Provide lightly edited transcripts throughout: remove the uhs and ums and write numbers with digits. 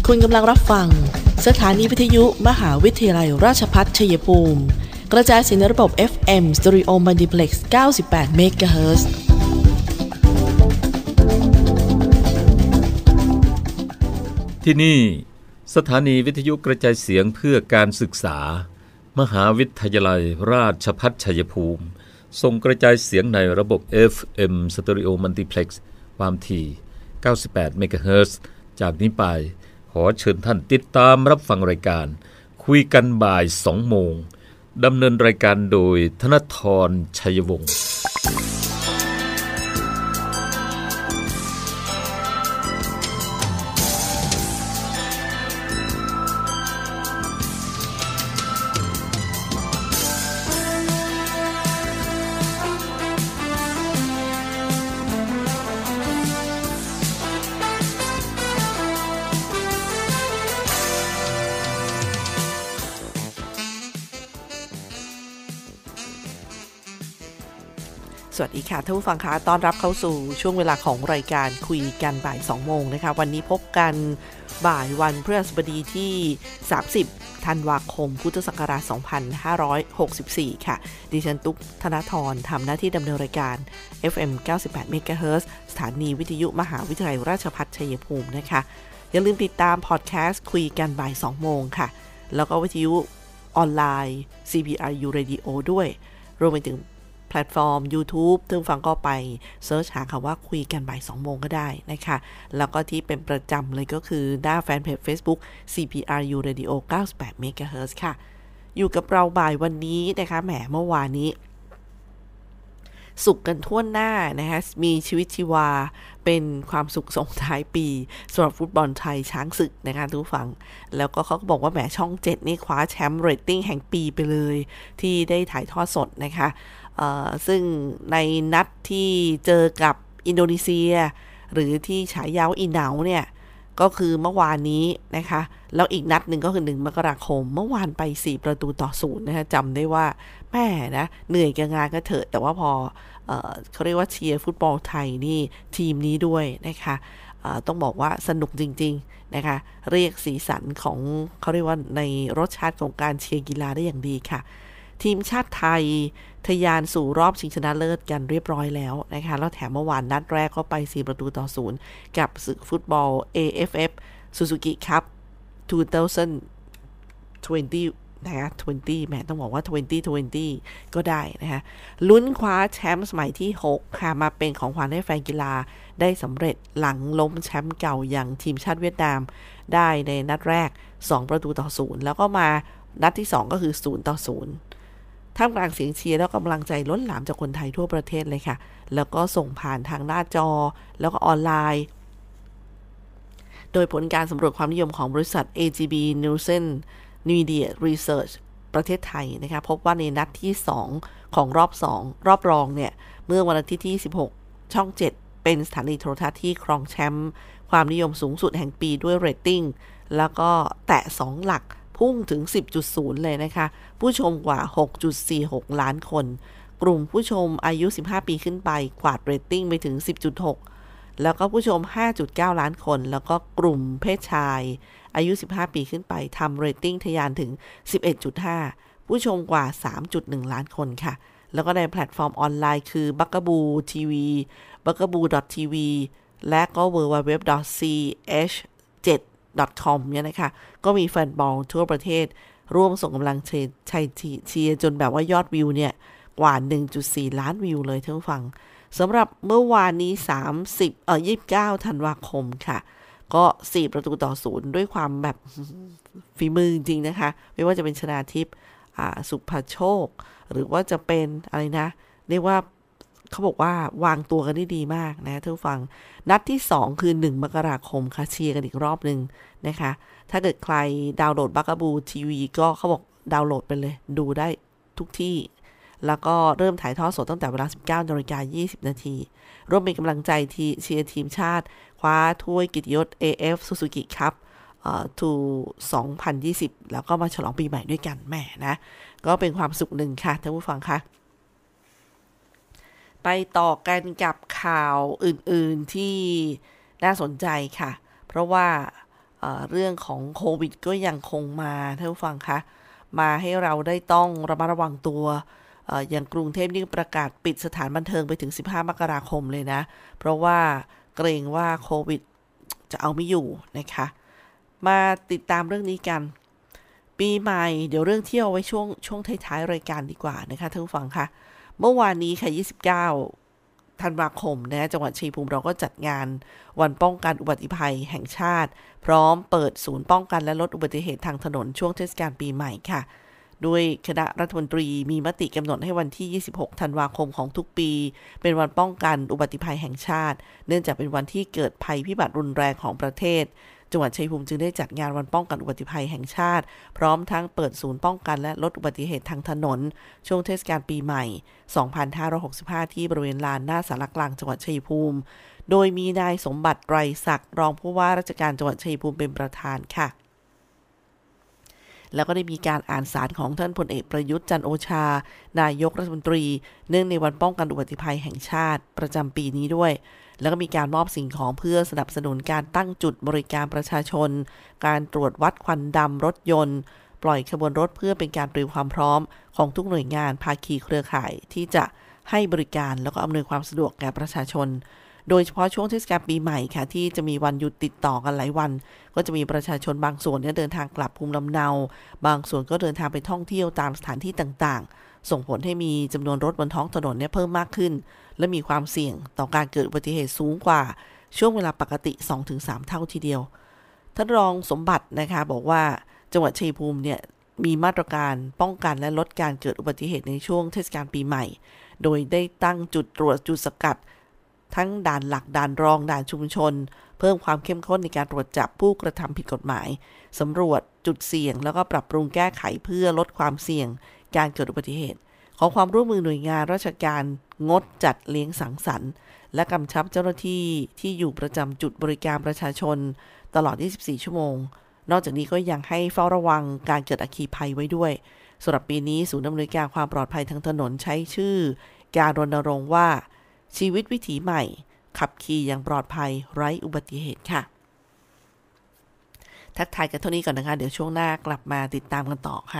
คุณกำลังรับฟังสถานีวิทยุมหาวิทยาลัยราชภัฏชัยภูมิกระจายเสียงในระบบ FM Stereo Multiplex 98 MHz ที่นี่สถานีวิทยุกระจายเสียงเพื่อการศึกษามหาวิทยาลัยราชภัฏชัยภูมิส่งกระจายเสียงในระบบ FM Stereo Multiplex ความถี่ 98 MHz จากนี้ไปขอเชิญท่านติดตามรับฟังรายการคุยกันบ่าย 2 โมงดำเนินรายการโดยธนธร ชัยวงศ์สวัสดีค่ะท่านผู้ฟังคะต้อนรับเข้าสู่ช่วงเวลาของรายการคุยกันบ่าย 2 โมงนะคะวันนี้พบกันบ่ายวันพฤหัสบดีที่30ธันวาคมพุทธศักราช2564ค่ะดิฉันตุ๊กธนธรทำหน้าที่ดำเนินรายการ FM 98 MHz สถานีวิทยุมหาวิทยาลัยราชภัฏชัยภูมินะคะอย่าลืมติดตามพอดแคสต์คุยกันบ่าย 2 โมงค่ะแล้วก็วิทยุออนไลน์ CPRU Radio ด้วยรวมไปถึงแพลตฟอร์ม YouTube ซึ่งฟังก็ไปเสิร์ชหาคำว่าคุยกันบ่าย 2 โมงก็ได้นะคะแล้วก็ที่เป็นประจำเลยก็คือหน้าแฟนเพจ Facebook CPRU Radio 98 MHz ค่ะอยู่กับเราบ่ายวันนี้นะคะแหมเมื่อวานนี้สุขกันทั่วหน้านะคะมีชีวิตชีวาเป็นความสุขส่งท้ายปีสำหรับฟุตบอลไทยช้างศึกนะคะทุกฝั่งแล้วก็เขาก็บอกว่าแหมช่อง7นี่คว้าแชมป์เรตติ้งแห่งปีไปเลยที่ได้ถ่ายทอดสดนะคะซึ่งในนัดที่เจอกับอินโดนีเซียหรือที่ฉายาอีเหนาเนี่ยก็คือเมื่อวานนี้นะคะแล้วอีกนัดหนึ่งก็คือ1 มกราคมเมื่อวานไป4-0นะคะจำได้ว่าแม่นะเหนื่อยกับงานก็เถอะแต่ว่าพอเขาเรียกว่าเชียร์ฟุตบอลไทยนี่ทีมนี้ด้วยนะคะต้องบอกว่าสนุกจริงๆนะคะเรียกสีสันของเขาเรียกว่าในรสชาติของการเชียร์กีฬาได้อย่างดีค่ะทีมชาติไทยทะยานสู่รอบชิงชนะเลิศกันเรียบร้อยแล้วนะคะแล้วแถมเมื่อวานนัดแรกก็ไป4-0กับศึกฟุตบอล AFF Suzuki Cup 2020นะคะ20แหมต้องบอกว่า2020ก็ได้นะคะลุ้นคว้าแชมป์สมัยที่6ค่ะมาเป็นของขวัญให้แฟนกีฬาได้สำเร็จหลังล้มแชมป์เก่าอย่างทีมชาติเวียดนามได้ในนัดแรก2-0แล้วก็มานัดที่2ก็คือ0-0ท่ามกลางเสียงเชียร์และกำลังใจล้นหลามจากคนไทยทั่วประเทศเลยค่ะแล้วก็ส่งผ่านทางหน้าจอแล้วก็ออนไลน์โดยผลการสำรวจความนิยมของบริษัท AGB Nielsen Media Research ประเทศไทยนะคะพบว่าในนัดที่2ของรอบรองเนี่ยเมื่อวันอาทิตย์ที่16ช่อง7เป็นสถานีโทรทัศน์ที่ครองแชมป์ความนิยมสูงสุดแห่งปีด้วยเรตติ้งแล้วก็แตะ2หลักพุ่งถึง 10.0 เลยนะคะผู้ชมกว่า 6.46 ล้านคนกลุ่มผู้ชมอายุ 15 ปีขึ้นไปกวาดเรตติ้งไปถึง 10.6 แล้วก็ผู้ชม 5.9 ล้านคนแล้วก็กลุ่มเพศชายอายุ 15 ปีขึ้นไปทำเรตติ้งทะยานถึง 11.5 ผู้ชมกว่า 3.1 ล้านคนค่ะแล้วก็ในแพลตฟอร์มออนไลน์คือ Bugaboo TV bugaboo.tv และก็ www.ch7.com เนี่ยนะคะก็มีแฟนบอลทั่วประเทศร่วมส่งกำลังเชียร์จนแบบว่ายอดวิวเนี่ยกว่า 1.4 ล้านวิวเลยท่านผู้ฟังสำหรับเมื่อวานนี้29ธันวาคมค่ะก็4-0ด้วยความแบบฝีมือจริงๆนะคะไม่ว่าจะเป็นชนาทิพย์สุภโชคหรือว่าจะเป็นอะไรนะเรียกว่าเขาบอกว่าวางตัวกันได้ดีมากนะท่านผู้ฟังนัดที่2คือ1 มกราคมค่ะเชียร์กันอีกรอบนึงนะคะถ้าเกิดใครดาวน์โหลด Bugaboo TV ก็เขาบอกดาวน์โหลดไปเลยดูได้ทุกที่แล้วก็เริ่มถ่ายทอดสดตั้งแต่เวลา 19:20 น.ร่วมเป็นกำลังใจเชียร์ทีมชาติคว้าถ้วยเกียรติยศ AF Suzuki Cup 2020แล้วก็มาฉลองปีใหม่ด้วยกันแม่นะก็เป็นความสุขหนึ่งค่ะท่านผู้ฟังคะไปต่อกันกับข่าวอื่นๆที่น่าสนใจค่ะเพราะว่าเรื่องของโควิดก็ยังคงมาท่านผู้ฟังคะมาให้เราได้ต้องระมัดระวังตัวอย่างกรุงเทพนี่ประกาศปิดสถานบันเทิงไปถึง15มกราคมเลยนะเพราะว่าเกรงว่าโควิดจะเอาไม่อยู่นะคะมาติดตามเรื่องนี้กันปีใหม่เดี๋ยวเรื่องเที่ยวไว้ช่วงท้ายๆรายการดีกว่านะคะท่านผู้ฟังคะเมื่อวานนี้ค่ะ29ธันวาคมนะจังหวัดชัยภูมิเราก็จัดงานวันป้องกันอุบัติภัยแห่งชาติพร้อมเปิดศูนย์ป้องกันและลดอุบัติเหตุทางถนนช่วงเทศกาลปีใหม่ค่ะด้วยคณะรัฐมนตรีมีมติกำหนดให้วันที่26ธันวาคมของทุกปีเป็นวันป้องกันอุบัติภัยแห่งชาติเนื่องจากเป็นวันที่เกิดภัยพิบัติรุนแรงของประเทศจังหวัดชัยภูมิจึงได้จัดงานวันป้องกันอุบัติภัยแห่งชาติพร้อมทั้งเปิดศูนย์ป้องกันและลดอุบัติเหตุทางถนนช่วงเทศกาลปีใหม่2565ที่บริเวณลานหน้าศาลากลางจังหวัดชัยภูมิโดยมีนายสมบัติไตรศักดิ์รองผู้ว่าราชการจังหวัดชัยภูมิเป็นประธานค่ะแล้วก็ได้มีการอ่านสารของท่านพลเอกประยุทธ์จันทร์โอชานายกรัฐมนตรีเนื่องในวันป้องกันอุบัติภัยแห่งชาติประจำปีนี้ด้วยแล้วก็มีการมอบสิ่งของเพื่อสนับสนุนการตั้งจุดบริการประชาชนการตรวจวัดควันดำรถยนต์ปล่อยขบวนรถเพื่อเป็นการเตรียมความพร้อมของทุกหน่วยงานภาคีเครือข่ายที่จะให้บริการแล้วก็อำนวยความสะดวกแก่ประชาชนโดยเฉพาะช่วงเทศกาลปีใหม่ค่ะที่จะมีวันหยุดติดต่อกันหลายวันก็จะมีประชาชนบางส่วนเดินทางกลับภูมิลำเนาบางส่วนก็เดินทางไปท่องเที่ยวตามสถานที่ต่างๆส่งผลให้มีจำนวนรถบนท้องถนนเพิ่มมากขึ้นและมีความเสี่ยงต่อการเกิดอุบัติเหตุสูงกว่าช่วงเวลาปกติ 2-3 เท่าทีเดียวท่านรองสมบัตินะคะบอกว่าจังหวัดชัยภูมิมีมาตรการป้องกันและลดการเกิดอุบัติเหตุในช่วงเทศกาลปีใหม่โดยได้ตั้งจุดตรวจจุดสกัดทั้งด่านหลักด่านรองด่านชุมชนเพิ่มความเข้มข้นในการตรวจจับผู้กระทำผิดกฎหมายสำรวจจุดเสี่ยงแล้วก็ปรับปรุงแก้ไขเพื่อลดความเสี่ยงการเกิดอุบัติเหตุขอความร่วมมือหน่วยงานราชการงดจัดเลี้ยงสังสรรค์และกำชับเจ้าหน้าที่ที่อยู่ประจำจุดบริการประชาชนตลอด24ชั่วโมงนอกจากนี้ก็ยังให้เฝ้าระวังการเกิดอัคคีภัยไว้ด้วยสำหรับปีนี้ศูนย์อำนวยการความปลอดภัยทางถนนใช้ชื่อการรณรงค์ว่าชีวิตวิถีใหม่ขับขี่อย่างปลอดภัยไร้อุบัติเหตุค่ะทักทายกันเท่านี้ก่อนนะคะเดี๋ยวช่วงหน้ากลับมาติดตามกันต่อค่ะ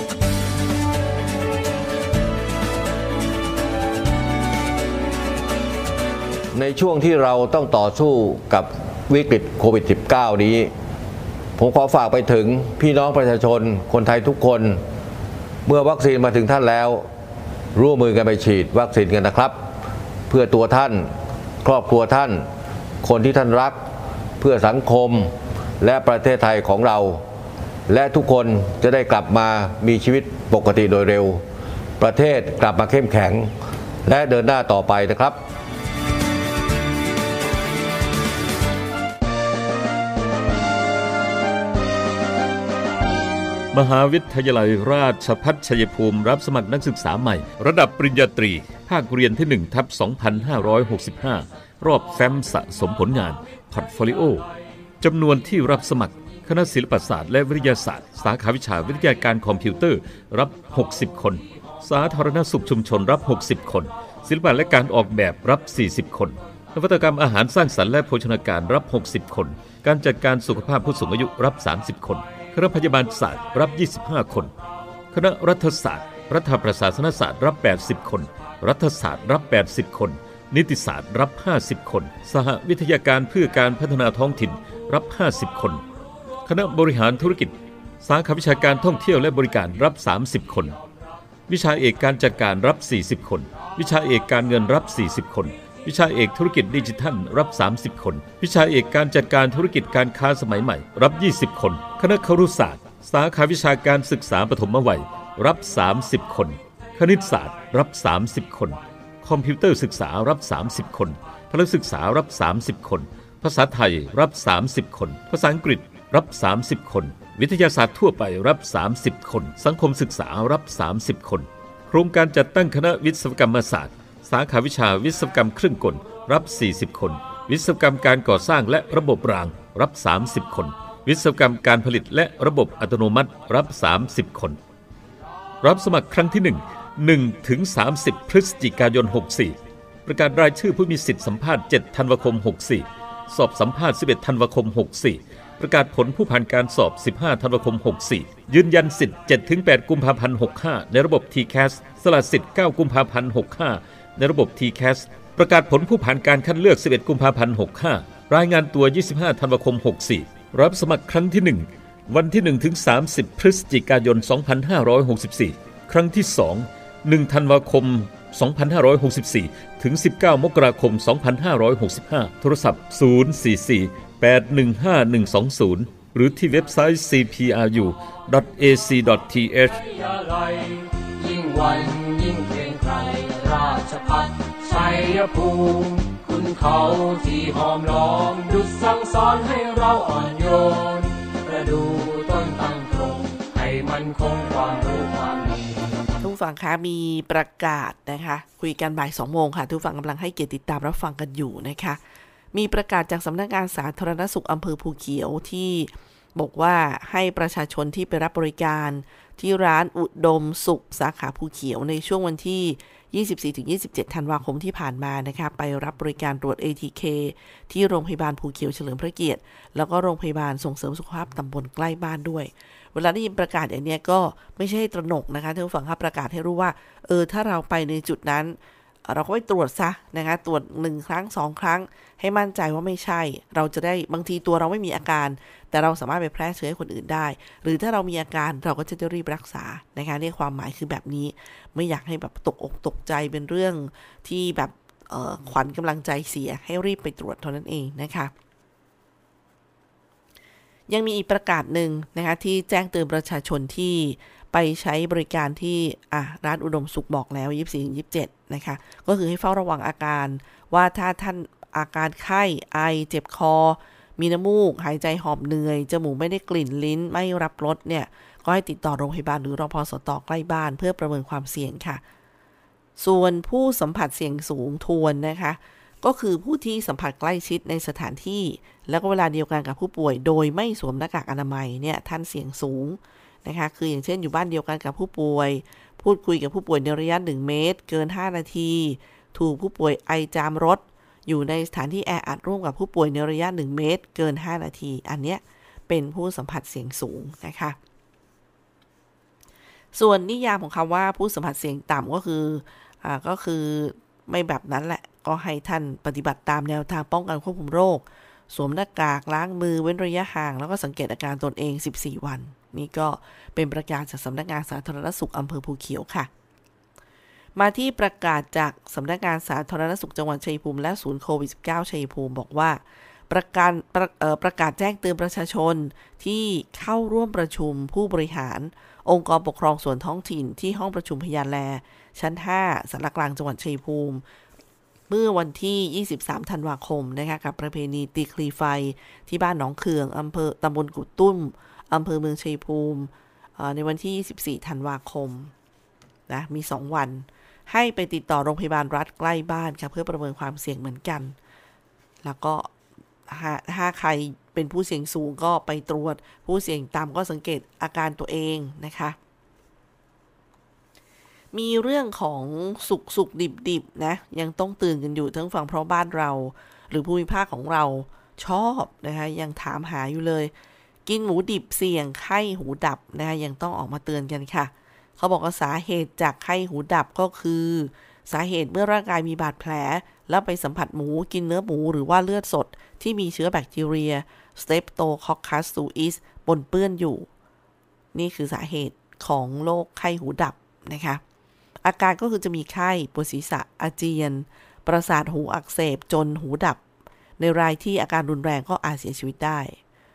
ในช่วงที่เราต้องต่อสู้กับวิกฤตโควิด -19 นี้ผมขอฝากไปถึงพี่น้องประชาชนคนไทยทุกคนเมื่อวัคซีนมาถึงท่านแล้วร่วมมือกันไปฉีดวัคซีนกันนะครับเพื่อตัวท่านครอบครัวท่านคนที่ท่านรักเพื่อสังคมและประเทศไทยของเราและทุกคนจะได้กลับมามีชีวิตปกติโดยเร็วประเทศกลับมาเข้มแข็งและเดินหน้าต่อไปนะครับมหาวิทยาลัยราชภัฏชัยภูมิรับสมัครนักศึกษาใหม่ระดับปริญญาตรีภาคเรียนที่ 1/2565 รอบแฟ้มสะสมผลงานพอร์ตโฟลิโอจำนวนที่รับสมัครคณะศิลปศาสตร์และวิทยาศาสตร์สาขาวิชาวิทยาการคอมพิวเตอร์รับ60คนสาธารณสุขชุมชนรับ60คนศิลปะและการออกแบบรับ40คนนวัตกรรมอาหารสร้างสรรค์และโภชนาการรับ60คนการจัดการสุขภาพผู้สูงอายุรับ30คนคณะพยาบาลศาสตร์รับ25คนคณะรัฐศาสตร์รัฐประศาสนศาสตร์รับ80คนรัฐศาสตร์รับ80คนนิติศาสตร์รับ50คนสหวิทยาการเพื่อการพัฒนาท้องถิ่นรับ50คนคณะบริหารธุรกิจสาขาวิชาการท่องเที่ยวและบริการรับ30คนวิชาเอกการจัดการรับ40คนวิชาเอกการเงินรับ40คนวิชาเอกธุรกิจดิจิทัลรับ30คนวิชาเอกการจัดการธุรกิจการค้าสมัยใหม่รับ20คนคณะครุศาสตร์สาขาวิชาการศึกษาปฐมวัยรับ30คนคณิตศาสตร์รับ30คนคอมพิวเตอร์ศึกษารับ30คนพละศึกษารับ30คนภาษาไทยรับ30คนภาษาอังกฤษรับ30คนวิทยาศาสตร์ทั่วไปรับ30คนสังคมศึกษารับ30คนโครงการจัดตั้งคณะวิศวกรรมศาสตร์สาขาวิชาวิศวกรรมเครื่องกลรับ40คนวิศวกรรมการก่อสร้างและระบบรางรับ30คนวิศวกรรมการผลิตและระบบอัตโนมัติรับ30คนรับสมัครครั้งที่1ถึง30พฤศจิกายน64ประกาศรายชื่อผู้มีสิทธิสัมภาษณ์7ธันวาคม64สอบสัมภาษณ์11ธันวาคม64 ประกาศผลผู้ผ่านการสอบ15ธันวาคม64ยืนยันสิทธิ์ 7-8 กุมภาพันธ์65ในระบบ TCAS สละสิทธิ์9กุมภาพันธ์65ในระบบ TCAS ประกาศผลผู้ผ่านการคัดเลือก11กุมภาพันธ์65รายงานตัว25ธันวาคม64รับสมัครครั้งที่1วันที่1ถึง30พฤศจิกายน2564ครั้งที่2 1ธันวาคม2564ถึง19มกราคม2565โทรศัพท์044-815-120หรือที่เว็บไซต์ cpru.ac.th ยิ่งวันยิ่งเกรียงไกรราชภัฏชัยภูมิคุณเขาที่หอมล้อมดุจสั่งสอนให้เราอ่อนโยนประดูต้นตั้งตรงให้มันคงความรู้ความดีทุกฝั่งคะมีประกาศนะคะคุยกันบ่าย 2 โมงค่ะทุกฝั่งกำลังให้เกียรติติดตามรับฟังกันอยู่นะคะมีประกาศจากสำนักงานสาธารณสุขอำเภอภูเขียวที่บอกว่าให้ประชาชนที่ไปรับบริการที่ร้านอุดมสุขสาขาภูเขียวในช่วงวันที่ 24-27 ธันวาคมที่ผ่านมานะคะไปรับบริการตรวจ ATK ที่โรงพยาบาลภูเขียวเฉลิมพระเกียรติแล้วก็โรงพยาบาลส่งเสริมสุขภาพตำบลใกล้บ้านด้วยเวลาได้ยินประกาศอย่างนี้ก็ไม่ใช่ตระหนกนะคะท่านผู้ฟังครับประกาศให้รู้ว่าถ้าเราไปในจุดนั้นเราก็ไปตรวจซะนะคะตรวจ1ครั้ง2ครั้งให้มั่นใจว่าไม่ใช่เราจะได้บางทีตัวเราไม่มีอาการแต่เราสามารถไปแพร่เชื้อให้คนอื่นได้หรือถ้าเรามีอาการเราก็จะรีบรักษานะคะนี่ความหมายคือแบบนี้ไม่อยากให้แบบตกอกตกใจเป็นเรื่องที่แบบขวัญกำลังใจเสียให้รีบไปตรวจเท่านั้นเองนะคะยังมีอีกประกาศหนึ่งนะคะที่แจ้งเตือนประชาชนที่ไปใช้บริการที่ร้านอุดมสุขบอกแล้ว 24-27 นะคะก็คือให้เฝ้าระวังอาการว่าถ้าท่านอาการไข้ไอเจ็บคอมีน้ำมูกหายใจหอบเหนื่อยจมูกไม่ได้กลิ่นลิ้นไม่รับรสเนี่ยก็ให้ติดต่อโรงพยาบาลหรือรพสตใกล้บ้านเพื่อประเมินความเสี่ยงค่ะส่วนผู้สัมผัสเสี่ยงสูงทวนนะคะก็คือผู้ที่สัมผัสใกล้ชิดในสถานที่แล้วก็เวลาเดียวกันกับผู้ป่วยโดยไม่สวมหน้ากากอนามัยเนี่ยท่านเสี่ยงสูงนะคะคืออย่างเช่นอยู่บ้านเดียวกันกับผู้ป่วยพูดคุยกับผู้ป่วยในระยะ1เมตรเกิน5นาทีถูกผู้ป่วยไอจามรถอยู่ในสถานที่แออัดร่วมกับผู้ป่วยในระยะ1เมตรเกิน5นาทีอันเนี้ยเป็นผู้สัมผัสเสี่ยงสูงนะคะส่วนนิยามของคำว่าผู้สัมผัสเสี่ยงต่ำก็คือไม่แบบนั้นแหละก็ให้ท่านปฏิบัติตามแนวทางป้องกันควบคุมโรคสวมหน้ากากล้างมือเว้นระยะห่างแล้วก็สังเกตอาการตนเอง14วันนี่ก็เป็นประกาศจากสำนักงานสาธารณสุขอำเภอภูเขียวค่ะมาที่ประกาศจากสำนักงานสาธารณสุขจังหวัดชัยภูมิและศูนย์โควิด -19 ชัยภูมิบอกว่าประกาศแจ้งเตือนประชาชนที่เข้าร่วมประชุมผู้บริหารองค์กรปกครองส่วนท้องถิ่นที่ห้องประชุมพญาแลชั้น5สารกลางจังหวัดชัยภูมิเมื่อวันที่23ธันวาคมนะคะกับประเพณีตีคลีไฟที่บ้านหนองเขืองอำเภอตำบลกุดตุ้มอำเภอเมืองชัยภูมิในวันที่24ธันวาคมนะมี2วันให้ไปติดต่อโรงพยาบาลรัฐใกล้บ้านค่ะเพื่อประเมินความเสี่ยงเหมือนกันแล้วก็ถ้าใครเป็นผู้เสี่ยงสูงก็ไปตรวจผู้เสี่ยงต่ำก็สังเกตอาการตัวเองนะคะมีเรื่องของสุกดิบนะยังต้องตื่นกันอยู่ทั้งฝั่งเพราะบ้านเราหรือภูมิภาคของเราชอบนะคะยังถามหาอยู่เลยกินหมูดิบเสี่ยงไข้หูดับนะคะยังต้องออกมาเตือนกันค่ะเขาบอกว่าสาเหตุจากไข้หูดับก็คือสาเหตุเมื่อร่างกายมีบาดแผลแล้วไปสัมผัสหมูกินเนื้อหมูหรือว่าเลือดสดที่มีเชื้อแบคทีเรีย Streptococcus suis ปนเปื้อนอยู่นี่คือสาเหตุของโรคไข้หูดับนะคะอาการก็คือจะมีไข้ปวดศีรษะอาเจียนประสาทหูอักเสบจนหูดับในรายที่อาการรุนแรงก็อาจเสียชีวิตได้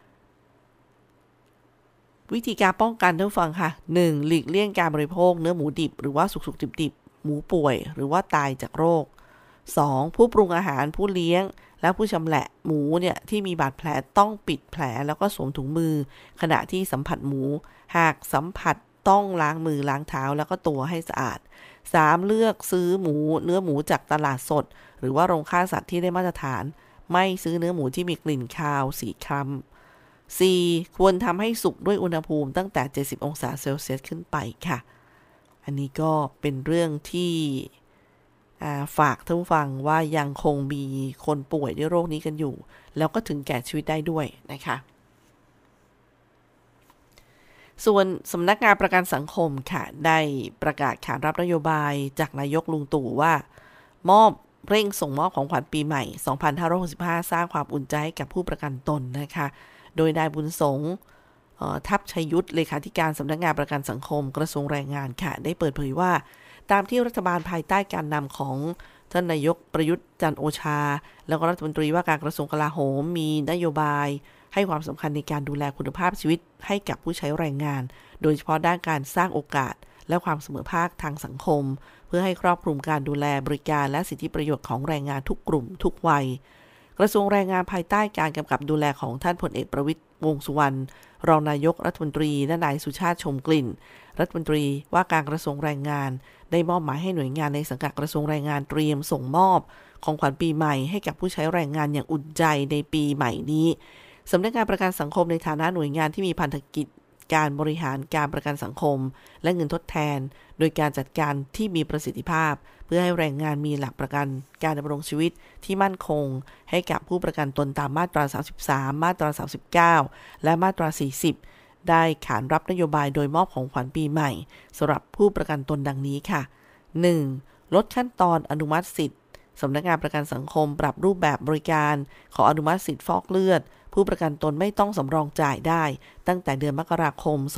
วิธีการป้องกันท่านฟังค่ะ 1. หลีกเลี่ยงการบริโภคเนื้อหมูดิบหรือว่าสุกๆดิบๆหมูป่วยหรือว่าตายจากโรค 2. ผู้ปรุงอาหารผู้เลี้ยงและผู้ชำแหละหมูเนี่ยที่มีบาดแผลต้องปิดแผลแล้วก็สวมถุงมือขณะที่สัมผัสหมูหากสัมผัสต้องล้างมือล้างเท้าแล้วก็ตัวให้สะอาด 3. เลือกซื้อเนื้อหมูจากตลาดสดหรือว่าโรงฆ่าสัตว์ที่ได้มาตรฐานไม่ซื้อเนื้อหมูที่มีกลิ่นคาวสีคล้ำ 4. ควรทำให้สุกด้วยอุณหภูมิตั้งแต่70องศาเซลเซียสขึ้นไปค่ะอันนี้ก็เป็นเรื่องที่ฝากท่านผู้ฟังว่ายังคงมีคนป่วยด้วยโรคนี้กันอยู่แล้วก็ถึงแก่ชีวิตได้ด้วยนะคะส่วนสำนักงานประกันสังคมค่ะได้ประกาศขานรับนโยบายจากนายกลุงตู่ว่ามอบเร่งส่งมอบของขวัญปีใหม่2565สร้างความอุ่นใจให้กับผู้ประกันตนนะคะโดยนายบุญสงฆ์ทัพชัยยุทธเลขาธิการสำนักงานประกันสังคมกระทรวงแรงงานค่ะได้เปิดเผยว่าตามที่รัฐบาลภายใต้การนำของท่านนายกประยุทธ์จันทร์โอชาแล้วก็รัฐมนตรีว่าการกระทรวงกลาโหมมีนโยบายให้ความสำคัญในการดูแลคุณภาพชีวิตให้กับผู้ใช้แรงงานโดยเฉพาะด้านการสร้างโอกาสและความเสมอภาคทางสังคมเพื่อให้ครอบคลุมการดูแลบริการและสิทธิประโยชน์ของแรงงานทุกกลุ่มทุกวัยกระทรวงแรงงานภายใต้การกำกับดูแลของท่านพลเอกประวิตรวงษ์สุวรรณรองนายกรัฐมนตรีและนายสุชาติชมกลิ่นรัฐมนตรีว่าการกระทรวงแรงงานได้มอบหมายให้หน่วยงานในสังกัดกระทรวงแรงงานเตรียมส่งมอบของขวัญปีใหม่ให้กับผู้ใช้แรงงานอย่างอุ่นใจในปีใหม่นี้สำนักงานประกันสังคมในฐานะหน่วยงานที่มีพันธกิจการบริหารการประกันสังคมและเงินทดแทนโดยการจัดการที่มีประสิทธิภาพเพื่อให้แรงงานมีหลักประกันการดำรงชีวิตที่มั่นคงให้กับผู้ประกันตนตามมาตรา33มาตรา39และมาตรา40ได้ขานรับนโยบายโดยมอบของขวัญปีใหม่สำหรับผู้ประกันตนดังนี้ค่ะ 1. ลดขั้นตอนอนุมัติสิทธิ์สำนักงานประกันสังคมปรับรูปแบบบริการขออนุมัติสิทธิ์ฟอกเลือดผู้ประกันตนไม่ต้องสำรองจ่ายได้ตั้งแต่เดือนมกราคม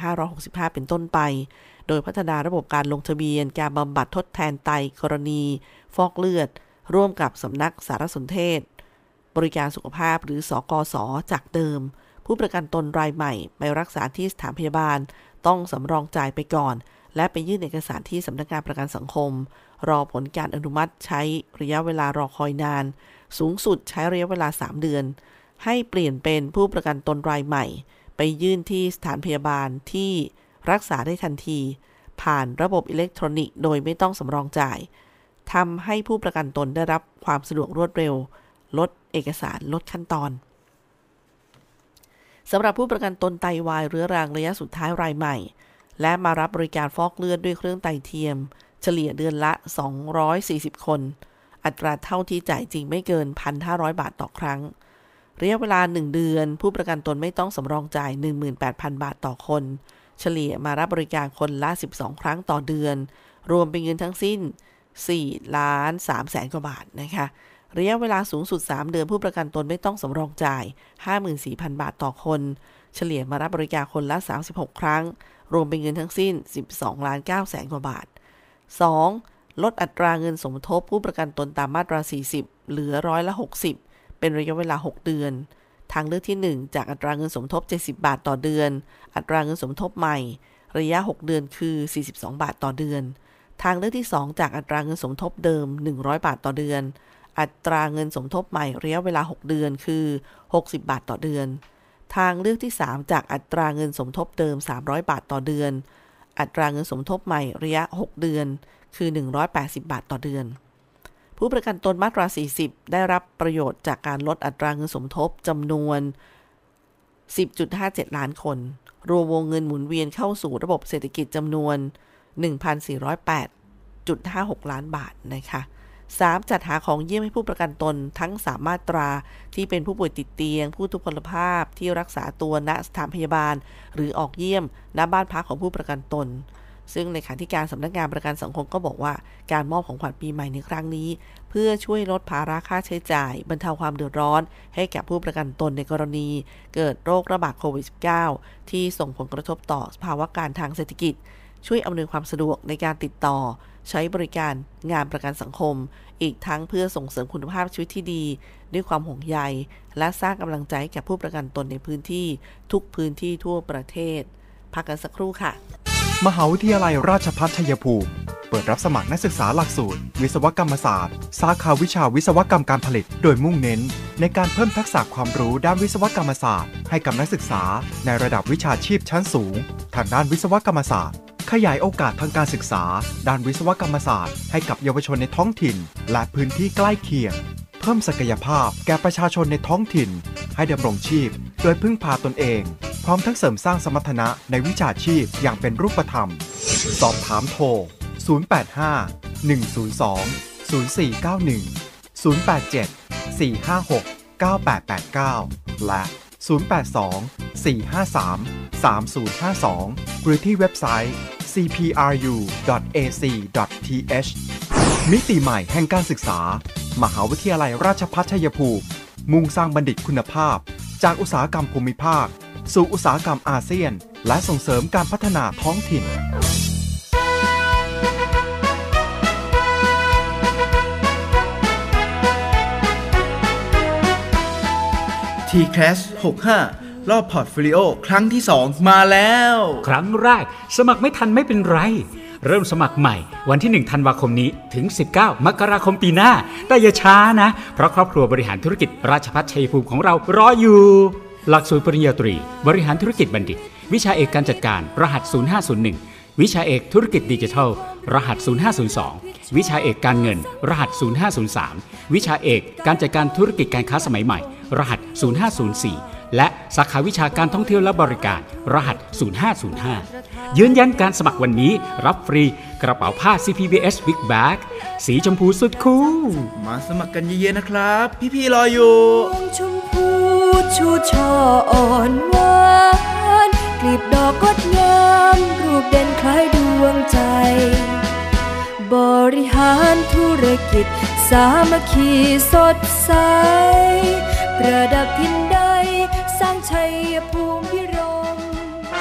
2565เป็นต้นไปโดยพัฒนาระบบการลงทะเบียนการบำบัดทดแทนไตกรณีฟอกเลือดร่วมกับสำนักสารสนเทศบริการสุขภาพหรือสกส.จากเดิมผู้ประกันตนรายใหม่ไปรักษาที่สถานพยาบาลต้องสำรองจ่ายไปก่อนและไปยื่นเอกสารที่สำนักงานประกันสังคมรอผลการอนุมัติใช้ระยะเวลารอคอยนานสูงสุดใช้ระยะเวลา3 เดือนให้เปลี่ยนเป็นผู้ประกันตนรายใหม่ไปยื่นที่สถานพยาบาลที่รักษาได้ทันทีผ่านระบบอิเล็กทรอนิกส์โดยไม่ต้องสำรองจ่ายทำให้ผู้ประกันตนได้รับความสะดวกรวดเร็วลดเอกสารลดขั้นตอนสำหรับผู้ประกันตนไตวายเรื้อรังระยะสุดท้ายรายใหม่และมารับบริการฟอกเลือดด้วยเครื่องไตเทียมเฉลี่ยเดือนละ240คนอัตราเท่าที่จ่ายจริงไม่เกิน 1,500 บาทต่อครั้งระยะเวลา1 เดือนผู้ประกันตนไม่ต้องสำรองจ่าย 18,000 บาทต่อคนเฉลี่ยมารับบริการคนละ12ครั้งต่อเดือนรวมเป็นเงินทั้งสิ้น 4,300,000 กว่าบาทนะคะระยะเวลาสูงสุด3 เดือนผู้ประกันตนไม่ต้องสำรองจ่าย 54,000 บาทต่อคนเฉลี่ยมารับบริการคนละ36ครั้งรวมเป็นเงินทั้งสิ้น 12,900,000 กว่าบาท 2. ลดอัตราเงินสมทบผู้ประกันตนตามมาตรา40เหลือ60%เป็นระยะเวลา6 เดือนทางเลือกที่1จากอัตราเงินสมทบ70 บาทต่อเดือนอัตราเงินสมทบใหม่ระยะ6 เดือนคือ42 บาทต่อเดือนทางเลือกที่2จากอัตราเงินสมทบเดิม100 บาทต่อเดือนอัตราเงินสมทบใหม่ระยะเวลา6 เดือนคือ60 บาทต่อเดือนทางเลือกที่3จากอัตราเงินสมทบเดิม300 บาทต่อเดือนอัตราเงินสมทบใหม่ระยะ6 เดือนคือ180 บาทต่อเดือนผู้ประกันตนมาตรา40ได้รับประโยชน์จากการลดอัตราเงินสมทบจำนวน 10.57 ล้านคนรวมวงเงินหมุนเวียนเข้าสู่ระบบเศรษฐกิจจำนวน 1,408.56 ล้านบาทนะคะ 3. จัดหาของเยี่ยมให้ผู้ประกันตนทั้ง3มาตราที่เป็นผู้ป่วยติดเตียงผู้ทุพพลภาพที่รักษาตัวณสถานพยาบาลหรือออกเยี่ยมณบ้านพักของผู้ประกันตนซึ่งเลขาธิการสำนักงานประกันสังคมก็บอกว่าการมอบของขวัญปีใหม่ในครั้งนี้เพื่อช่วยลดภาระค่าใช้จ่ายบรรเทาความเดือดร้อนให้แก่ผู้ประกันตนในกรณีเกิดโรคระบาดโควิด -19 ที่ส่งผลกระทบต่อภาวะการทางเศรษฐกิจช่วยอำนวยความสะดวกในการติดต่อใช้บริการงานประกันสังคมอีกทั้งเพื่อส่งเสริมคุณภาพชีวิตที่ดีด้วยความห่วงใยและสร้างกำลังใจให้แก่ผู้ประกันตนในพื้นที่ทุกพื้นที่ทั่วประเทศพักกันสักครู่ค่ะมหาวิทยาลัยราชภัฏชัยภูมิเปิดรับสมัครนักศึกษาหลักสูตรวิศวกรรมศาสตร์สาขาวิชาวิศวกรรมการผลิตโดยมุ่งเน้นในการเพิ่มทักษะความรู้ด้านวิศวกรรมศาสตร์ให้กับนักศึกษาในระดับวิชาชีพชั้นสูงทางด้านวิศวกรรมศาสตร์ขยายโอกาสทางการศึกษาด้านวิศวกรรมศาสตร์ให้กับเยาวชนในท้องถิ่นและพื้นที่ใกล้เคียงเพิ่มศักยภาพแก่ประชาชนในท้องถิ่นให้ดำรงชีพโดยพึ่งพาตนเองพร้อมทั้งเสริมสร้างสมรรถนะในวิชาชีพอย่างเป็นรูปธรรมสอบถามโทร 085-102-0491 087-456-9889 และ 082-489-9893 453-3052 หรือที่เว็บไซต์ cpru.ac.th มิติใหม่แห่งการศึกษามหาวิทยาลัยราชภัฏชัยภูมิมุ่งสร้างบัณฑิตคุณภาพจากอุตสาหกรรมภูมิภาคสู่อุตสาหกรรมอาเซียนและส่งเสริมการพัฒนาท้องถิ่น T-Class 65 รอบพอร์ตโฟลิโอครั้งที่ 2 มาแล้วครั้งแรกสมัครไม่ทันไม่เป็นไรเริ่มสมัครใหม่วันที่1ธันวาคมนี้ถึง19มกราคมปีหน้าแต่อย่าช้านะเพราะครอบครัวบริหารธุรกิจราชภัฏชัยภูมิของเรารออยู่หลักสูตรปริญญาตรีบริหารธุรกิจบัณฑิตวิชาเอกการจัดการรหัส0501วิชาเอกธุรกิจดิจิทัลรหัส0502วิชาเอกการเงินรหัส0503วิชาเอกการจัดการธุรกิจการค้าสมัยใหม่รหัส0504และสาขาวิชาการท่องเที่ยวและบริการรหัส0505ยืนยันการสมัครวันนี้รับฟรีกระเป๋าผ้า CPBS Big Bag สีชมพูสุดคูลมาสมัครกันเยอะๆนะครับพี่ๆรออยู่ชมพูชูช่ออ่อนหวานกลีบดอกงดงามรูปเด่นคล้ายดวงใจบริหารธุรกิจสามัคคีสดใสประดับทินใดสร้างชัยภูมิพิรมย์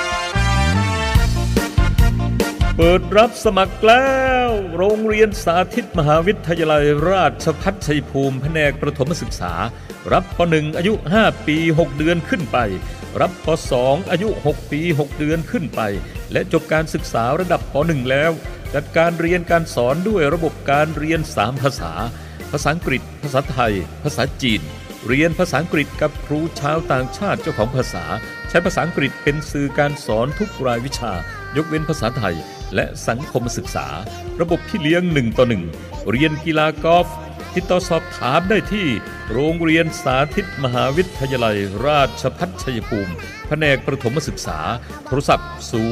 เปิดรับสมัครแล้วโรงเรียนสาธิตมหาวิทยาลัยราชภัฏชัยภูมิแผนกประถมศึกษารับป.1 อายุ5ปี6เดือนขึ้นไปรับป.2 อายุ6ปี6เดือนขึ้นไปและจบการศึกษาระดับป.1 แล้วจัดการเรียนการสอนด้วยระบบการเรียน3ภาษาภาษาอังกฤษภาษาไทยภาษาจีนเรียนภาษาอังกฤษกับครูชาวต่างชาติเจ้าของภาษาใช้ภาษาอังกฤษเป็นสื่อการสอนทุกรายวิชายกเว้นภาษาไทยและสังคมศึกษาระบบพี่เลี้ยง1:1เรียนกีฬากอล์ฟติดต่อสอบถามได้ที่โรงเรียนสาธิตมหาวิทยาลัยราชภัฏชัยภูมิแผนกประถมศึกษาโทรศัพท์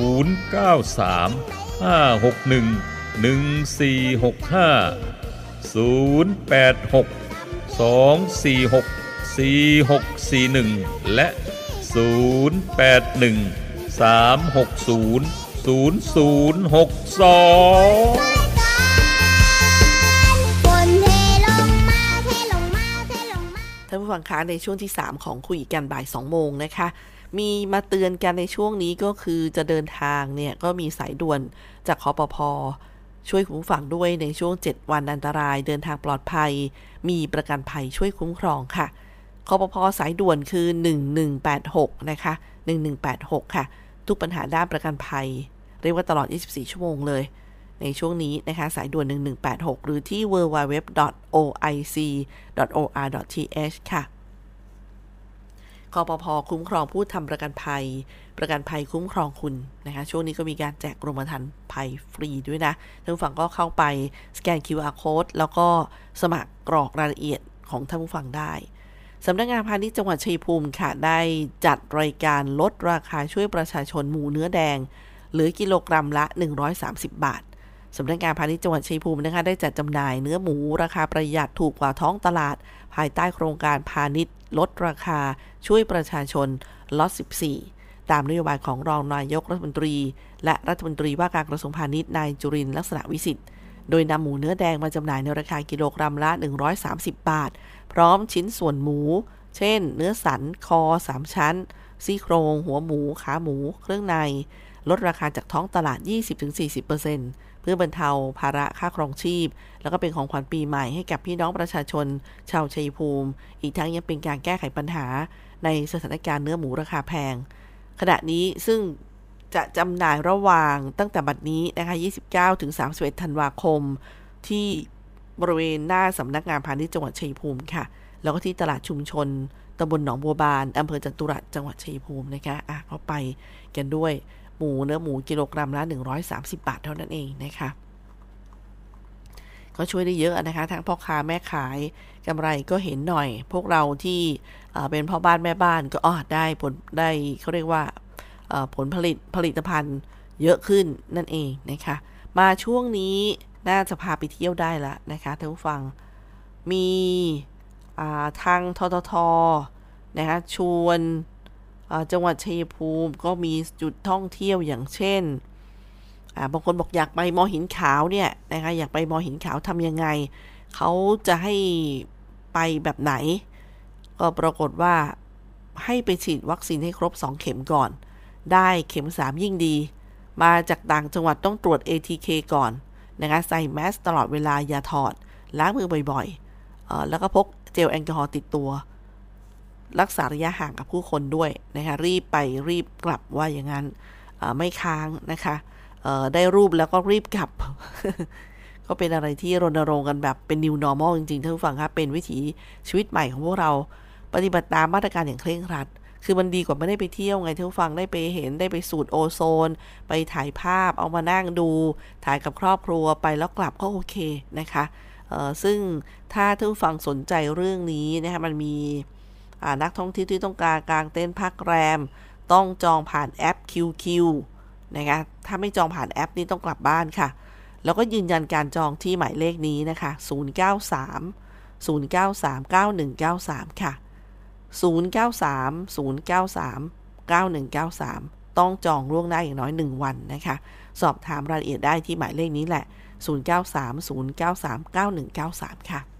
093-561-146-086-246-4641และ081-360-0062 ท่านผู้ฟังคะในช่วงที่3ของคุยกันบ่าย 2 โมงนะคะมีมาเตือนกันในช่วงนี้ก็คือจะเดินทางเนี่ยก็มีสายด่วนจากคปภ.ช่วยคุณผู้ฟังด้วยในช่วง7วันอันตรายเดินทางปลอดภัยมีประกันภัยช่วยคุ้มครองค่ะคปภ.สายด่วนคือ1186นะคะ1186ค่ะทุกปัญหาด้านประกันภัยเรียกว่าตลอด24ชั่วโมงเลยในช่วงนี้นะคะสายด่วน1186หรือที่ www.oic.or.th ค่ะคปภ.คุ้มครองผู้ทำประกันภัยคุ้มครองคุณนะคะช่วงนี้ก็มีการแจกกรมธรรม์ภัยฟรีด้วยนะท่านผู้ฟังก็เข้าไปสแกน QR Code แล้วก็สมัครกรอกรายละเอียดของท่านผู้ฟังได้สำนักงานพาณิชย์จังหวัดชัยภูมิค่ะได้จัดรายการลดราคาช่วยประชาชนหมูเนื้อแดงเหลือกิโลกรัมละ130 บาทสำนักงานพาณิชย์จังหวัดชัยภูมินะคะได้จัดจำหน่ายเนื้อหมูราคาประหยัดถูกกว่าท้องตลาดภายใต้โครงการพาณิชย์ลดราคาช่วยประชาชนล็อต14ตามนโยบายของรองนายกรัฐมนตรีและรัฐมนตรีว่าการกระทรวงพาณิชย์นายจุรินทร์ลักษณะวิสิทธิ์โดยนำหมูเนื้อแดงมาจำหน่ายในราคากิโลกรัมละ130 บาทพร้อมชิ้นส่วนหมูเช่นเนื้อสันคอ3ชั้นซี่โครงหัวหมูขาหมูเครื่องในลดราคาจากท้องตลาด 20-40% เพื่อบรรเทาภาระค่าครองชีพแล้วก็เป็นของขวัญปีใหม่ให้กับพี่น้องประชาชนชาวชัยภูมิอีกทั้งยังเป็นการแก้ไขปัญหาในสถานการณ์เนื้อหมูราคาแพงขณะนี้ซึ่งจะจำหน่ายระหว่างตั้งแต่บัดนี้นะคะ 29-31 ธันวาคมที่บริเวณหน้าสำนักงานพาณิชย์จังหวัดชัยภูมิค่ะแล้วก็ที่ตลาดชุมชนตำบลหนองบัวบานอำเภอจตุรัสจังหวัดชัยภูมินะคะเข้าไปกันด้วยเนื้อหมูกิโลกรัมละ130 บาทเท่านั้นเองนะคะก็ช่วยได้เยอะนะคะทั้งพ่อค้าแม่ขายกำไรก็เห็นหน่อยพวกเราที่เป็นพ่อบ้านแม่บ้านก็ได้ผลได้เขาเรียกว่าผลผลิตภัณฑ์เยอะขึ้นนั่นเองนะคะมาช่วงนี้น่าจะพาไปเที่ยวได้ละนะคะท่านผู้ฟังมีทางททท.นะคะชวนจังหวัดชัยภูมิก็มีจุดท่องเที่ยวอย่างเช่นบางคนบอกอยากไปมอหินขาวเนี่ยนะคะอยากไปมอหินขาวทำยังไงเขาจะให้ไปแบบไหนก็ปรากฏว่าให้ไปฉีดวัคซีนให้ครบ2เข็มก่อนได้เข็ม3ยิ่งดีมาจากต่างจังหวัดต้องตรวจ ATK ก่อนนะคะใส่แมสตลอดเวลาอย่าถอดล้างมือบ่อยๆแล้วก็พกเจลแอลกอฮอล์ติดตัวรักษาระยะห่างกับผู้คนด้วยนะคะรีบไปรีบกลับว่าอย่างนั้นไม่ค้างนะคะได้รูปแล้วก็รีบกลับ ก็เป็นอะไรที่รณรงค์กันแบบเป็น new normal จริงๆท่านผู้ฟังครับเป็นวิถีชีวิตใหม่ของพวกเราปฏิบัติตามมาตรการอย่างเคร่งครัดคือมันดีกว่าไม่ได้ไปเที่ยวไงท่านผู้ฟังได้ไปเห็นได้ไปสูดโอโซนไปถ่ายภาพเอามานั่งดูถ่ายกับครอบครัวไปแล้วกลับก็โอเคนะคะซึ่งถ้าท่านผู้ฟังสนใจเรื่องนี้นะคะมันมีนักท่องเที่ยวที่ต้องการกางเต็นท์พักแรมต้องจองผ่านแอป QQ นะคะถ้าไม่จองผ่านแอปนี้ต้องกลับบ้านค่ะแล้วก็ยืนยันการจองที่หมายเลขนี้นะคะ093 ค่ะ093 ต้องจองล่วงหน้าอย่างน้อย1วันนะคะสอบถามรายละเอียดได้ที่หมายเลขนี้แหละ093 ค่ะ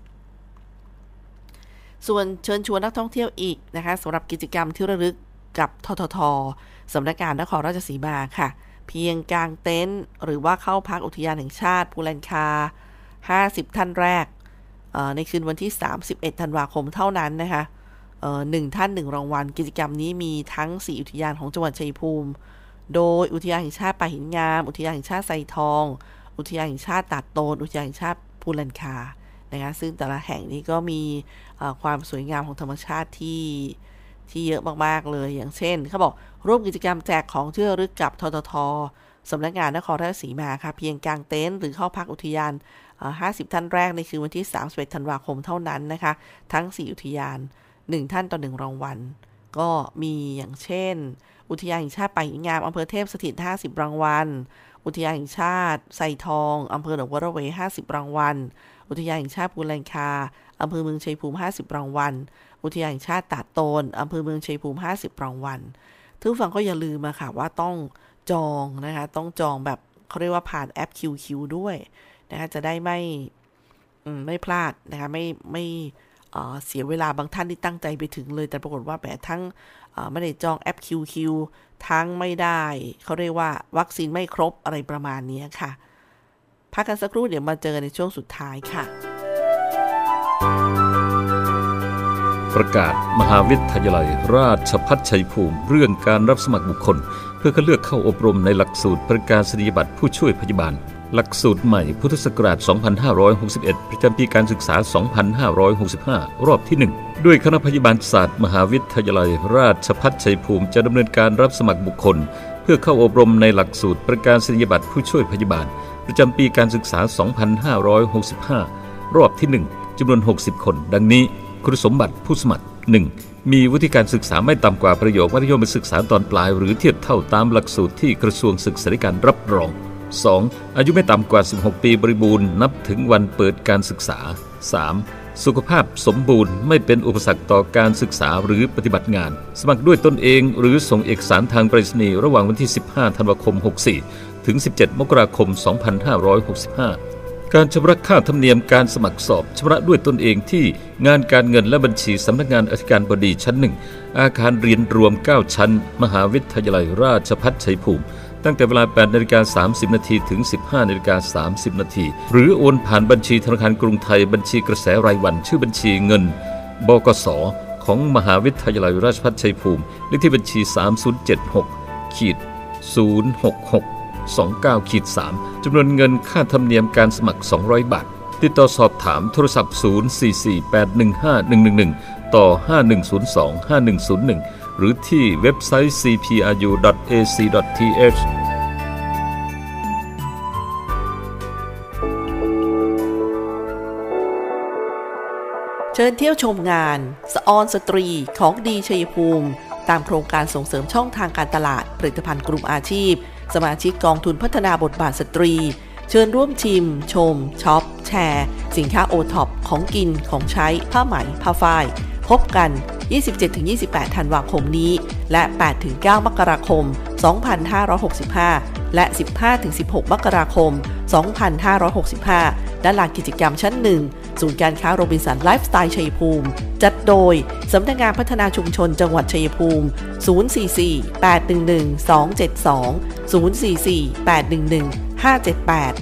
ส่วนเชิญชวนนักท่องเที่ยวอีกนะคะสำหรับกิจกรรมที่ระลึกกับททท.สำนักงานนครราชสีมาค่ะเพียงกางเต็นท์หรือว่าเข้าพักอุทยานแห่งชาติภูแลนคา50ท่านแรกในคืนวันที่31ธันวาคมเท่านั้นนะคะ1ท่าน1รางวัลกิจกรรมนี้มีทั้ง4อุทยานของจังหวัดชัยภูมิโดยอุทยานแห่งชาติป่าหินงามอุทยานแห่งชาติไซทองอุทยานแห่งชาติตาดโตนอุทยานแห่งชาติภูแลนคานะคะซึ่งแต่ละแห่งนี้ก็มีความสวยงามของธรรมชาติที่เยอะมากๆเลยอย่างเช่นเขาบอกร่วมกิจกรรมแจกของที่ระลึกกับททท.สำนักงานนครราชสีมาค่ะเพียงกางเต็นท์หรือเข้าพักอุทยาน50ท่านแรกในคืนวันที่31ธันวาคมเท่านั้นนะคะทั้ง4อุทยาน1ท่านต่อ1รางวัลก็มีอย่างเช่นอุทยานแห่งชาติป่าหินงามอำเภอเทพสถิต50รางวัลอุทยานแห่งชาติไซทองอำเภอหนองบัวระเว50รางวัลอุทยานแห่งชาติภูแลนคาอำเภอเมืองชัยภูมิ50รางวัลอุทยานแห่งชาติตาดโตนอำเภอเมืองชัยภูมิ50รางวัลทุกฝั่งก็อย่าลืมมาค่ะว่าต้องจองนะคะต้องจองแบบเขาเรียกว่าผ่านแอป QQ ด้วยนะคะจะได้ไม่พลาดนะคะไม่เสียเวลาบางท่านที่ตั้งใจไปถึงเลยแต่ปรากฏว่าแหมทั้งไม่ได้จองแอป QQ ทั้งไม่ได้เขาเรียกว่าวัคซีนไม่ครบอะไรประมาณนี้ค่ะพักกันสักครู่เดี๋ยวมาเจอในช่วงสุดท้ายค่ะประกาศมหาวิทยาลัยราชภัฏชัยภูมิเรื่องการรับสมัครบุคคลเพื่อคัดเลือกเข้าอบรมในหลักสูตรประกาศนียบัตรผู้ช่วยพยาบาลหลักสูตรใหม่พุทธศักราช 2561 ประจำปีการศึกษา 2565 รอบที่ 1 ด้วยคณะพยาบาลศาสตร์มหาวิทยาลัยราชภัฏชัยภูมิจะดำเนินการรับสมัครบุคคลเพื่อเข้าอบรมในหลักสูตรประกาศนียบัตรผู้ช่วยพยาบาลประจำปีการศึกษา 2565 รอบที่ 1 จำนวน 60 คนดังนี้คุณสมบัติผู้สมัคร 1. มีวุฒิการศึกษาไม่ต่ำกว่าประโยคมัธยมศึกษาตอนปลายหรือเทียบเท่าตามหลักสูตรที่กระทรวงศึกษาธิการรับรอง 2. อายุไม่ต่ำกว่า16ปีบริบูรณ์นับถึงวันเปิดการศึกษา 3. สุขภาพสมบูรณ์ไม่เป็นอุปสรรคต่อการศึกษาหรือปฏิบัติงานสมัครด้วยตนเองหรือส่งเอกสารทางไปรษณีย์ระหว่างวันที่15ธันวาคม64ถึง17มกราคม2565การชำระค่าธรรมเนียมการสมัครสอบชำระด้วยตนเองที่งานการเงินและบัญชีสำนักงานอธิการบดีชั้น1อาคารเรียนรวม9ชั้นมหาวิทยาลัยราชภัฏชัยภูมิตั้งแต่เวลา 8:30 น.ถึง 15:30 น.หรือโอนผ่านบัญชีธนาคารกรุงไทยบัญชีกระแสรายวันชื่อบัญชีเงินบกส.ของมหาวิทยาลัยราชภัฏชัยภูมิเลขที่บัญชี 3076-06629-3 จำนวนเงินค่าธรรมเนียมการสมัคร200 บาทติดต่อสอบถามโทรศัพท์ 044811111 ต่อ 5102-5101 หรือที่เว็บไซต์ cpru.ac.th เชิญเที่ยวชมงานสะออนสตรีของดีชัยภูมิตามโครงการส่งเสริมช่องทางการตลาดผลิตภัณฑ์กลุ่มอาชีพสมาชิกกองทุนพัฒนาบทบาทสตรีเชิญร่วมชิมชมช็อปแชร์สินค้าโอท็อปของกินของใช้ผ้าไหมผ้าฝ้ายพบกัน 27-28 ธันวาคมนี้และ 8-9 มกราคม 2565 และ 15-16 มกราคม 2565 ด้านหลังกิจกรรมชั้น 1 ศูนย์การค้าโรบินสันไลฟ์สไตล์ชัยภูมิจัดโดยสำนักงานพัฒนาชุมชนจังหวัดชัยภูมิ 044-811-272 044-811-578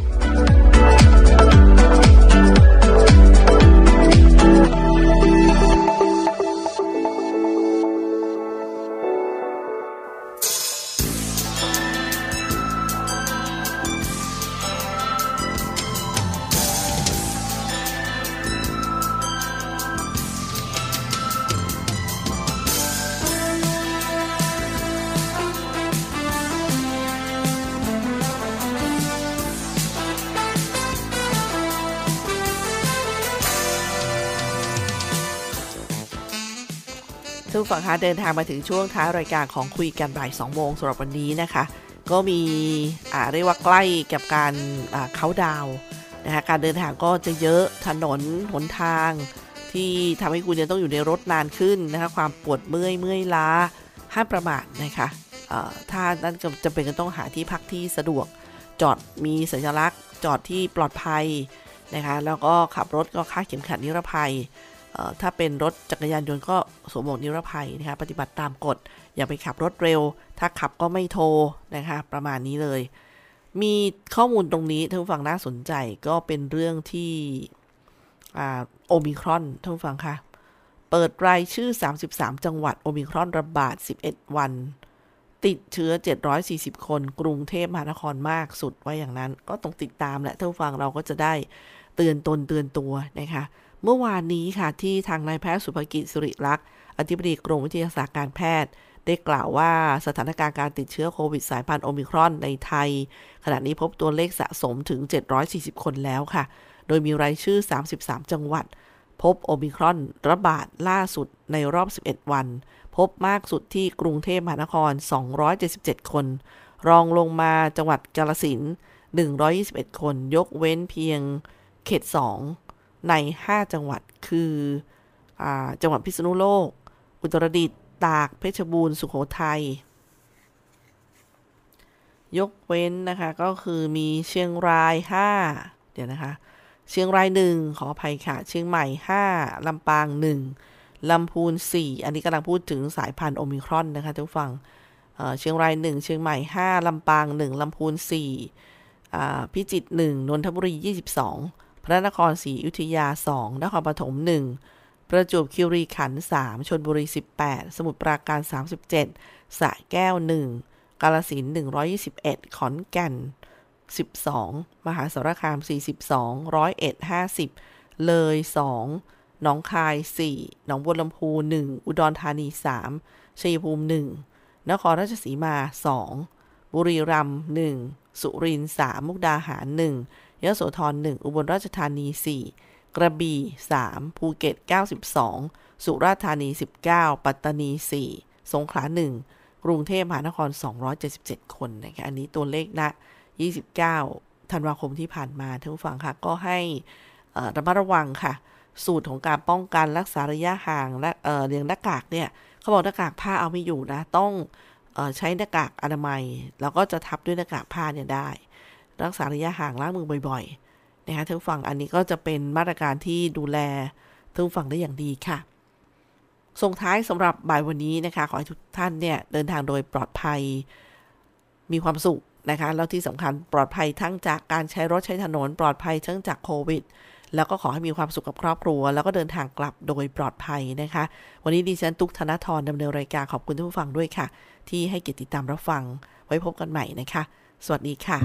ทุกฝั่งคะเดินทางมาถึงช่วงท้ายรายการของคุยกันบ่าย 2 โมงสำหรับวันนี้นะคะก็มีเรียกว่าใกล้กับการเค้าดาวน์นะคะการเดินทางก็จะเยอะถนนหนทางที่ทำให้คุณยังต้องอยู่ในรถนานขึ้นนะคะความปวดเมื่อยล้าห้ามประมาทนะคะถ้านั่นจำเป็นก็ต้องหาที่พักที่สะดวกจอดมีสัญลักษณ์จอดที่ปลอดภัยนะคะแล้วก็ขับรถก็คาดเข็มขัดนิรภัยถ้าเป็นรถจักรยานยนต์ก็สวมหมวกนิรภัยนะคะปฏิบัติตามกฎอย่าไปขับรถเร็วถ้าขับก็ไม่โทรนะคะประมาณนี้เลยมีข้อมูลตรงนี้ท่านผู้ฟังน่าสนใจก็เป็นเรื่องที่โอมิครอนท่านผู้ฟังค่ะเปิดรายชื่อ33จังหวัดโอมิครอนระบาด11วันติดเชื้อ740คนกรุงเทพมหานครมากสุดไว้อย่างนั้นก็ต้องติดตามแหละท่านผู้ฟังเราก็จะได้เตือนตนเตือนตัวนะคะเมื่อวานนี้ค่ะที่ทางนายแพทย์สุภกิจสิริลักษณ์อธิบดีกรมวิทยาศาสตร์การแพทย์ได้กล่าวว่าสถานการณ์การติดเชื้อโควิดสายพันธุ์โอมิครอนในไทยขณะนี้พบตัวเลขสะสมถึง740คนแล้วค่ะโดยมีรายชื่อ33จังหวัดพบโอมิครอนระบาดล่าสุดในรอบ11วันพบมากสุดที่กรุงเทพมหานคร277คนรองลงมาจังหวัดกาฬสินธุ์121คนยกเว้นเพียงเขต2ใน5จังหวัดคือจังหวัดพิษณุโลกอุตรดิตถ์ตากเพชรบูรณ์สุโขทัยยกเว้นนะคะก็คือมีเชียงราย5เดี๋ยวนะคะเชียงราย1ขออภัยค่ะเชียงใหม่5ลำปาง1ลำพูน4อันนี้กำลังพูดถึงสายพันธุ์โอมิครอนนะคะทุกฝั่งเชียงราย1เชียงใหม่5ลำปาง1ลำพูน4พิจิตร1นนทบุรี22พระนครศรีอยุธยา2นครปฐม1ประจวบคีรีขันธ์3ชลบุรี18สมุทรปราการ37สระแก้ว1กาฬสินธุ์121ขอนแก่น12มหาสารคาม42ร้อยเอ็ด50เลย2หนองคาย4หนองบัวลำพู1อุดรธานี3ชัยภูมิ1นครราชสีมา2บุรีรัมย์1สุรินทร์3มุกดาหาร1ยโสธร1อุบลราชธานี4กระบี่3ภูเก็ต92สุราษฎร์ธานี19ปัตตานี4สงขลา1กรุงเทพมหานคร277คนนะคะอันนี้ตัวเลขณ29ธันวาคมที่ผ่านมาท่านผู้ฟังค่ะก็ให้ระมัดระวังค่ะสูตรของการป้องกันรักษาระยะห่างและเรื่องหน้ากากเนี่ยเขาบอกหน้ากากผ้าเอาไม่อยู่นะต้องใช้หน้ากากอนามัยแล้วก็จะทับด้วยหน้ากากผ้าเนี่ยได้รักษาระยะห่างล้างมือบ่อยๆนะคะท่านผู้ฟังอันนี้ก็จะเป็นมาตรการที่ดูแลท่านผู้ฟังได้อย่างดีค่ะส่งท้ายสำหรับบ่ายวันนี้นะคะขอให้ทุกท่านเนี่ยเดินทางโดยปลอดภัยมีความสุขนะคะแล้วที่สำคัญปลอดภัยทั้งจากการใช้รถใช้ถนนปลอดภัยทั้งจากโควิดแล้วก็ขอให้มีความสุขกับครอบครัวแล้วก็เดินทางกลับโดยปลอดภัยนะคะวันนี้ดิฉันตุ๊กธนธรดำเนินรายการขอบคุณท่านผู้ฟังด้วยค่ะที่ให้เกียรติติดตามรับฟังไว้พบกันใหม่นะคะสวัสดีค่ะ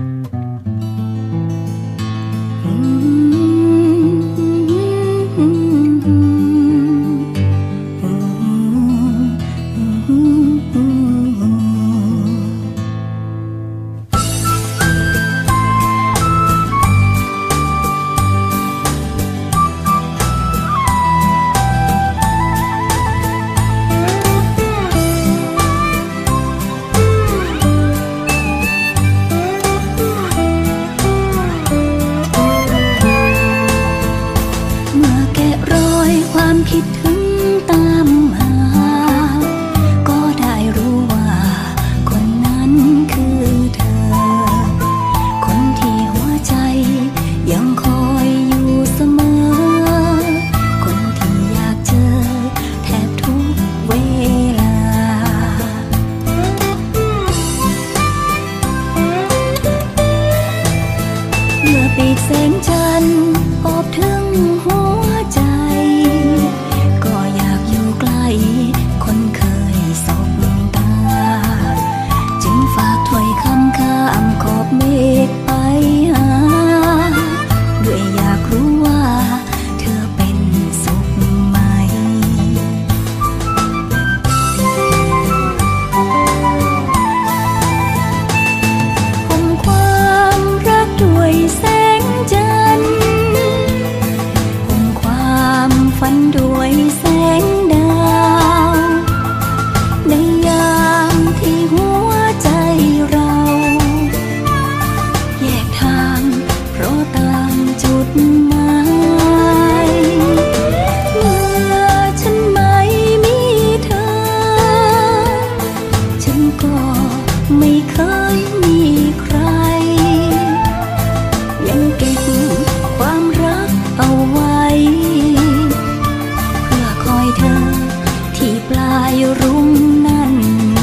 ายรุ่งนั้น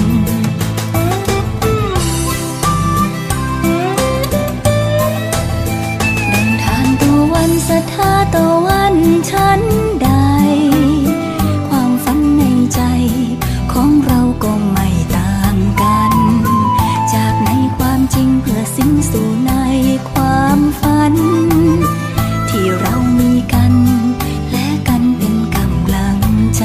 ดังทานตะวันสะท้าตะวันชั้นใดความฝันในใจของเราก็ไม่ต่างกันจากในความจริงเพื่อสิ้นสู่ในความฝันที่เรามีกันและกันเป็นกำลังใจ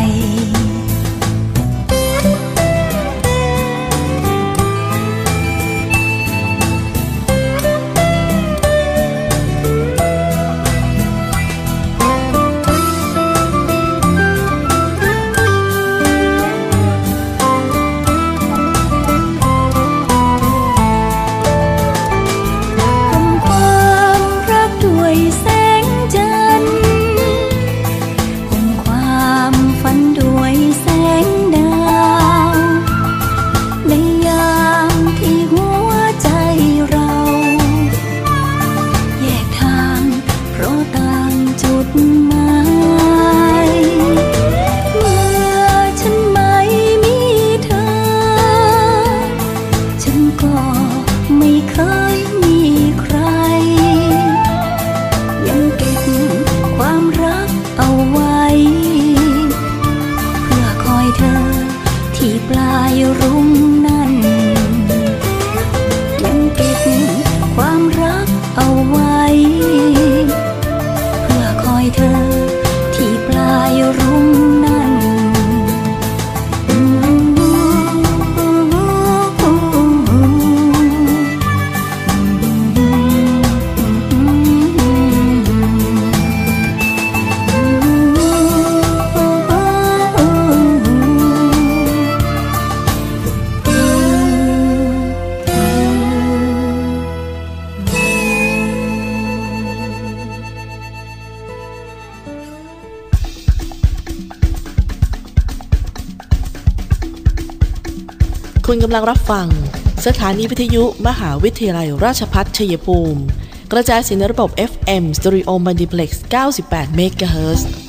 คุณกำลังรับฟังสถานีวิทยุมหาวิทยาลัยราชภัฏชัยภูมิกระจายเสียงในระบบ FM Stereo Multiplex 98 เมกะเฮิรตซ์